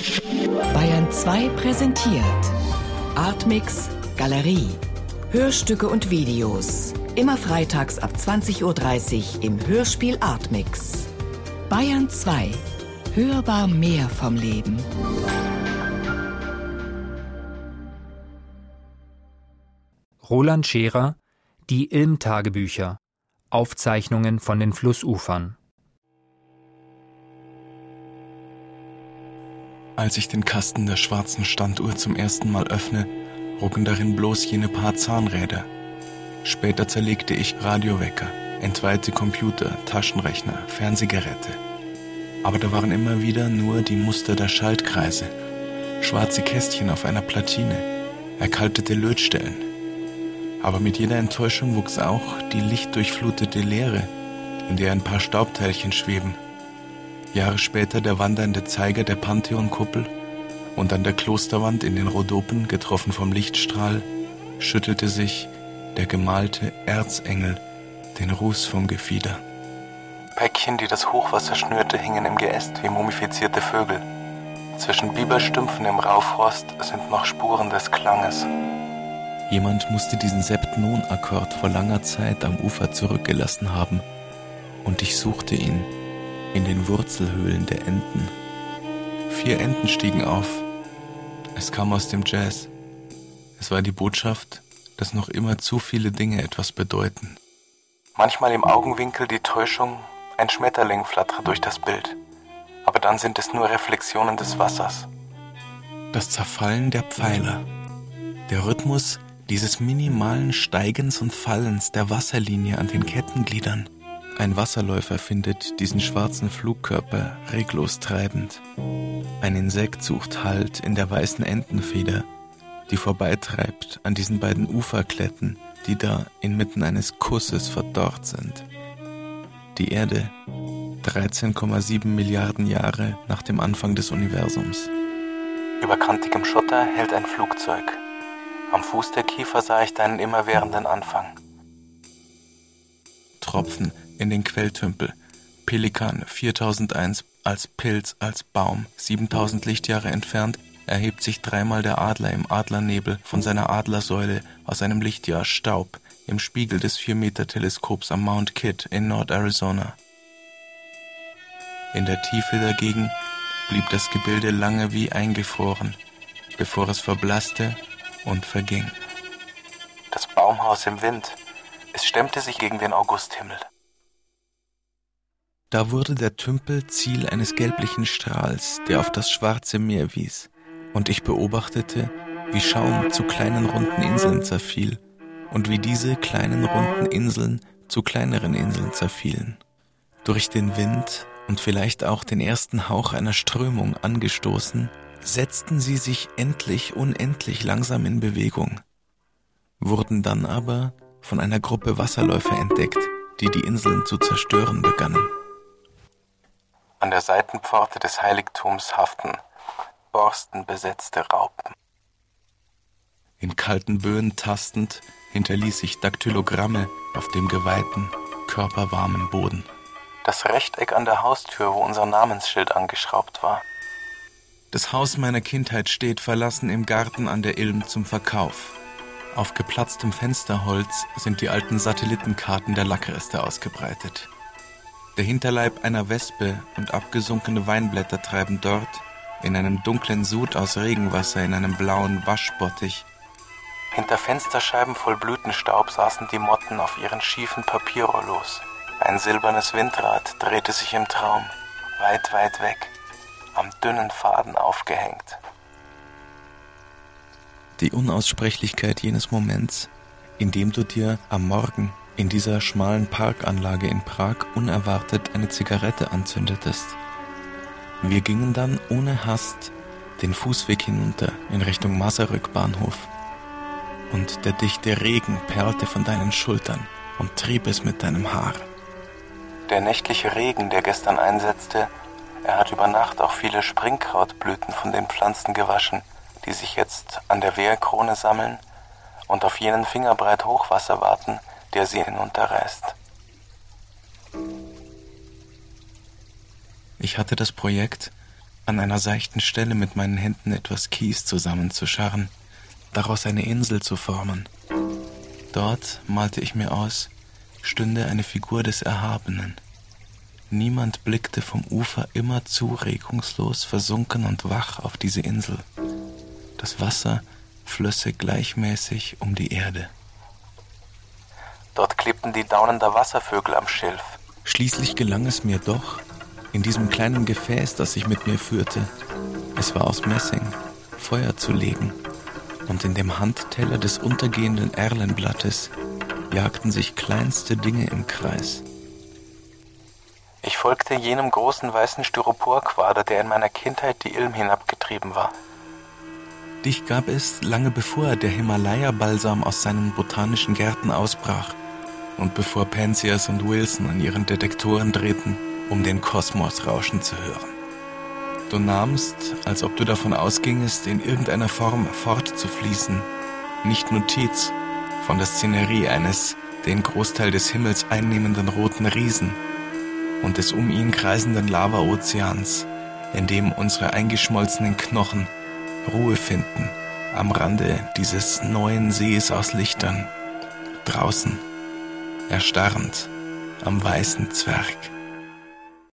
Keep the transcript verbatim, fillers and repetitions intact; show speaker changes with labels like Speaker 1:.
Speaker 1: Bayern zwei präsentiert Artmix Galerie. Hörstücke und Videos. Immer freitags ab zwanzig Uhr dreißig im Hörspiel Artmix. Bayern zwei. Hörbar mehr vom Leben.
Speaker 2: Roland Scherer, Die Ilm-Tagebücher. Aufzeichnungen von den Flussufern.
Speaker 3: Als ich den Kasten der schwarzen Standuhr zum ersten Mal öffne, rucken darin bloß jene paar Zahnräder. Später zerlegte ich Radiowecker, entweihte Computer, Taschenrechner, Fernsehgeräte. Aber da waren immer wieder nur die Muster der Schaltkreise, schwarze Kästchen auf einer Platine, erkaltete Lötstellen. Aber mit jeder Enttäuschung wuchs auch die lichtdurchflutete Leere, in der ein paar Staubteilchen schweben. Jahre später der wandernde Zeiger der Pantheon-Kuppel und an der Klosterwand in den Rhodopen, getroffen vom Lichtstrahl, schüttelte sich der gemalte Erzengel den Ruß vom Gefieder. Päckchen, die das Hochwasser schnürte, hingen im Geäst wie mumifizierte Vögel. Zwischen Bibelstümpfen im Raufrost sind noch Spuren des Klanges. Jemand musste diesen Septnon-Akkord vor langer Zeit am Ufer zurückgelassen haben, und ich suchte ihn in den Wurzelhöhlen der Enten. Vier Enten stiegen auf. Es kam aus dem Jazz. Es war die Botschaft, dass noch immer zu viele Dinge etwas bedeuten. Manchmal im Augenwinkel die Täuschung, ein Schmetterling flattere durch das Bild. Aber dann sind es nur Reflexionen des Wassers. Das Zerfallen der Pfeiler. Der Rhythmus dieses minimalen Steigens und Fallens der Wasserlinie an den Kettengliedern. Ein Wasserläufer findet diesen schwarzen Flugkörper reglos treibend. Ein Insekt sucht Halt in der weißen Entenfeder, die vorbeitreibt an diesen beiden Uferkletten, die da inmitten eines Kusses verdorrt sind. Die Erde, dreizehn Komma sieben Milliarden Jahre nach dem Anfang des Universums. Über kantigem Schotter hält ein Flugzeug. Am Fuß der Kiefer sah ich deinen immerwährenden Anfang. Tropfen in den Quelltümpel. Pelikan viertausendeins als Pilz, als Baum, siebentausend Lichtjahre entfernt, erhebt sich dreimal der Adler im Adlernebel von seiner Adlersäule aus einem Lichtjahr Staub im Spiegel des vier Meter Teleskops am Mount Kidd in Nord-Arizona. In der Tiefe dagegen blieb das Gebilde lange wie eingefroren, bevor es verblasste und verging. Das Baumhaus im Wind, es stemmte sich gegen den Augusthimmel. Da wurde der Tümpel Ziel eines gelblichen Strahls, der auf das schwarze Meer wies, und ich beobachtete, wie Schaum zu kleinen runden Inseln zerfiel und wie diese kleinen runden Inseln zu kleineren Inseln zerfielen. Durch den Wind und vielleicht auch den ersten Hauch einer Strömung angestoßen, setzten sie sich endlich unendlich langsam in Bewegung, wurden dann aber von einer Gruppe Wasserläufer entdeckt, die die Inseln zu zerstören begannen. An der Seitenpforte des Heiligtums haften borstenbesetzte Raupen. In kalten Böen tastend hinterließ ich Daktylogramme auf dem geweihten, körperwarmen Boden. Das Rechteck an der Haustür, wo unser Namensschild angeschraubt war. Das Haus meiner Kindheit steht verlassen im Garten an der Ilm zum Verkauf. Auf geplatztem Fensterholz sind die alten Satellitenkarten der Lackreste ausgebreitet. Der Hinterleib einer Wespe und abgesunkene Weinblätter treiben dort, in einem dunklen Sud aus Regenwasser in einem blauen Waschbottich. Hinter Fensterscheiben voll Blütenstaub saßen die Motten auf ihren schiefen Papierrollos. Ein silbernes Windrad drehte sich im Traum, weit, weit weg, am dünnen Faden aufgehängt. Die Unaussprechlichkeit jenes Moments, in dem du dir am Morgen in dieser schmalen Parkanlage in Prag unerwartet eine Zigarette anzündetest. Wir gingen dann ohne Hast den Fußweg hinunter in Richtung Masaryk-Bahnhof. Und der dichte Regen perlte von deinen Schultern und trieb es mit deinem Haar. Der nächtliche Regen, der gestern einsetzte, er hat über Nacht auch viele Springkrautblüten von den Pflanzen gewaschen, die sich jetzt an der Wehrkrone sammeln und auf jenen Fingerbreit Hochwasser warten, der sie hinunterreißt. Ich hatte das Projekt, an einer seichten Stelle mit meinen Händen etwas Kies zusammenzuscharren, daraus eine Insel zu formen. Dort, malte ich mir aus, stünde eine Figur des Erhabenen. Niemand blickte vom Ufer immerzu regungslos, versunken und wach auf diese Insel. Das Wasser flösse gleichmäßig um die Erde. Dort klebten die Daunen der Wasservögel am Schilf. Schließlich gelang es mir doch, in diesem kleinen Gefäß, das ich mit mir führte, es war aus Messing, Feuer zu legen, und in dem Handteller des untergehenden Erlenblattes jagten sich kleinste Dinge im Kreis. Ich folgte jenem großen weißen Styroporquader, der in meiner Kindheit die Ilm hinabgetrieben war. Dich gab es lange bevor der Himalaya-Balsam aus seinen botanischen Gärten ausbrach und bevor Penzias und Wilson an ihren Detektoren drehten, um den Kosmos rauschen zu hören. Du nahmst, als ob du davon ausgingest, in irgendeiner Form fortzufließen, nicht Notiz von der Szenerie eines den Großteil des Himmels einnehmenden roten Riesen und des um ihn kreisenden Lavaozeans, in dem unsere eingeschmolzenen Knochen Ruhe finden am Rande dieses neuen Sees aus Lichtern, draußen, erstarrend am weißen Zwerg.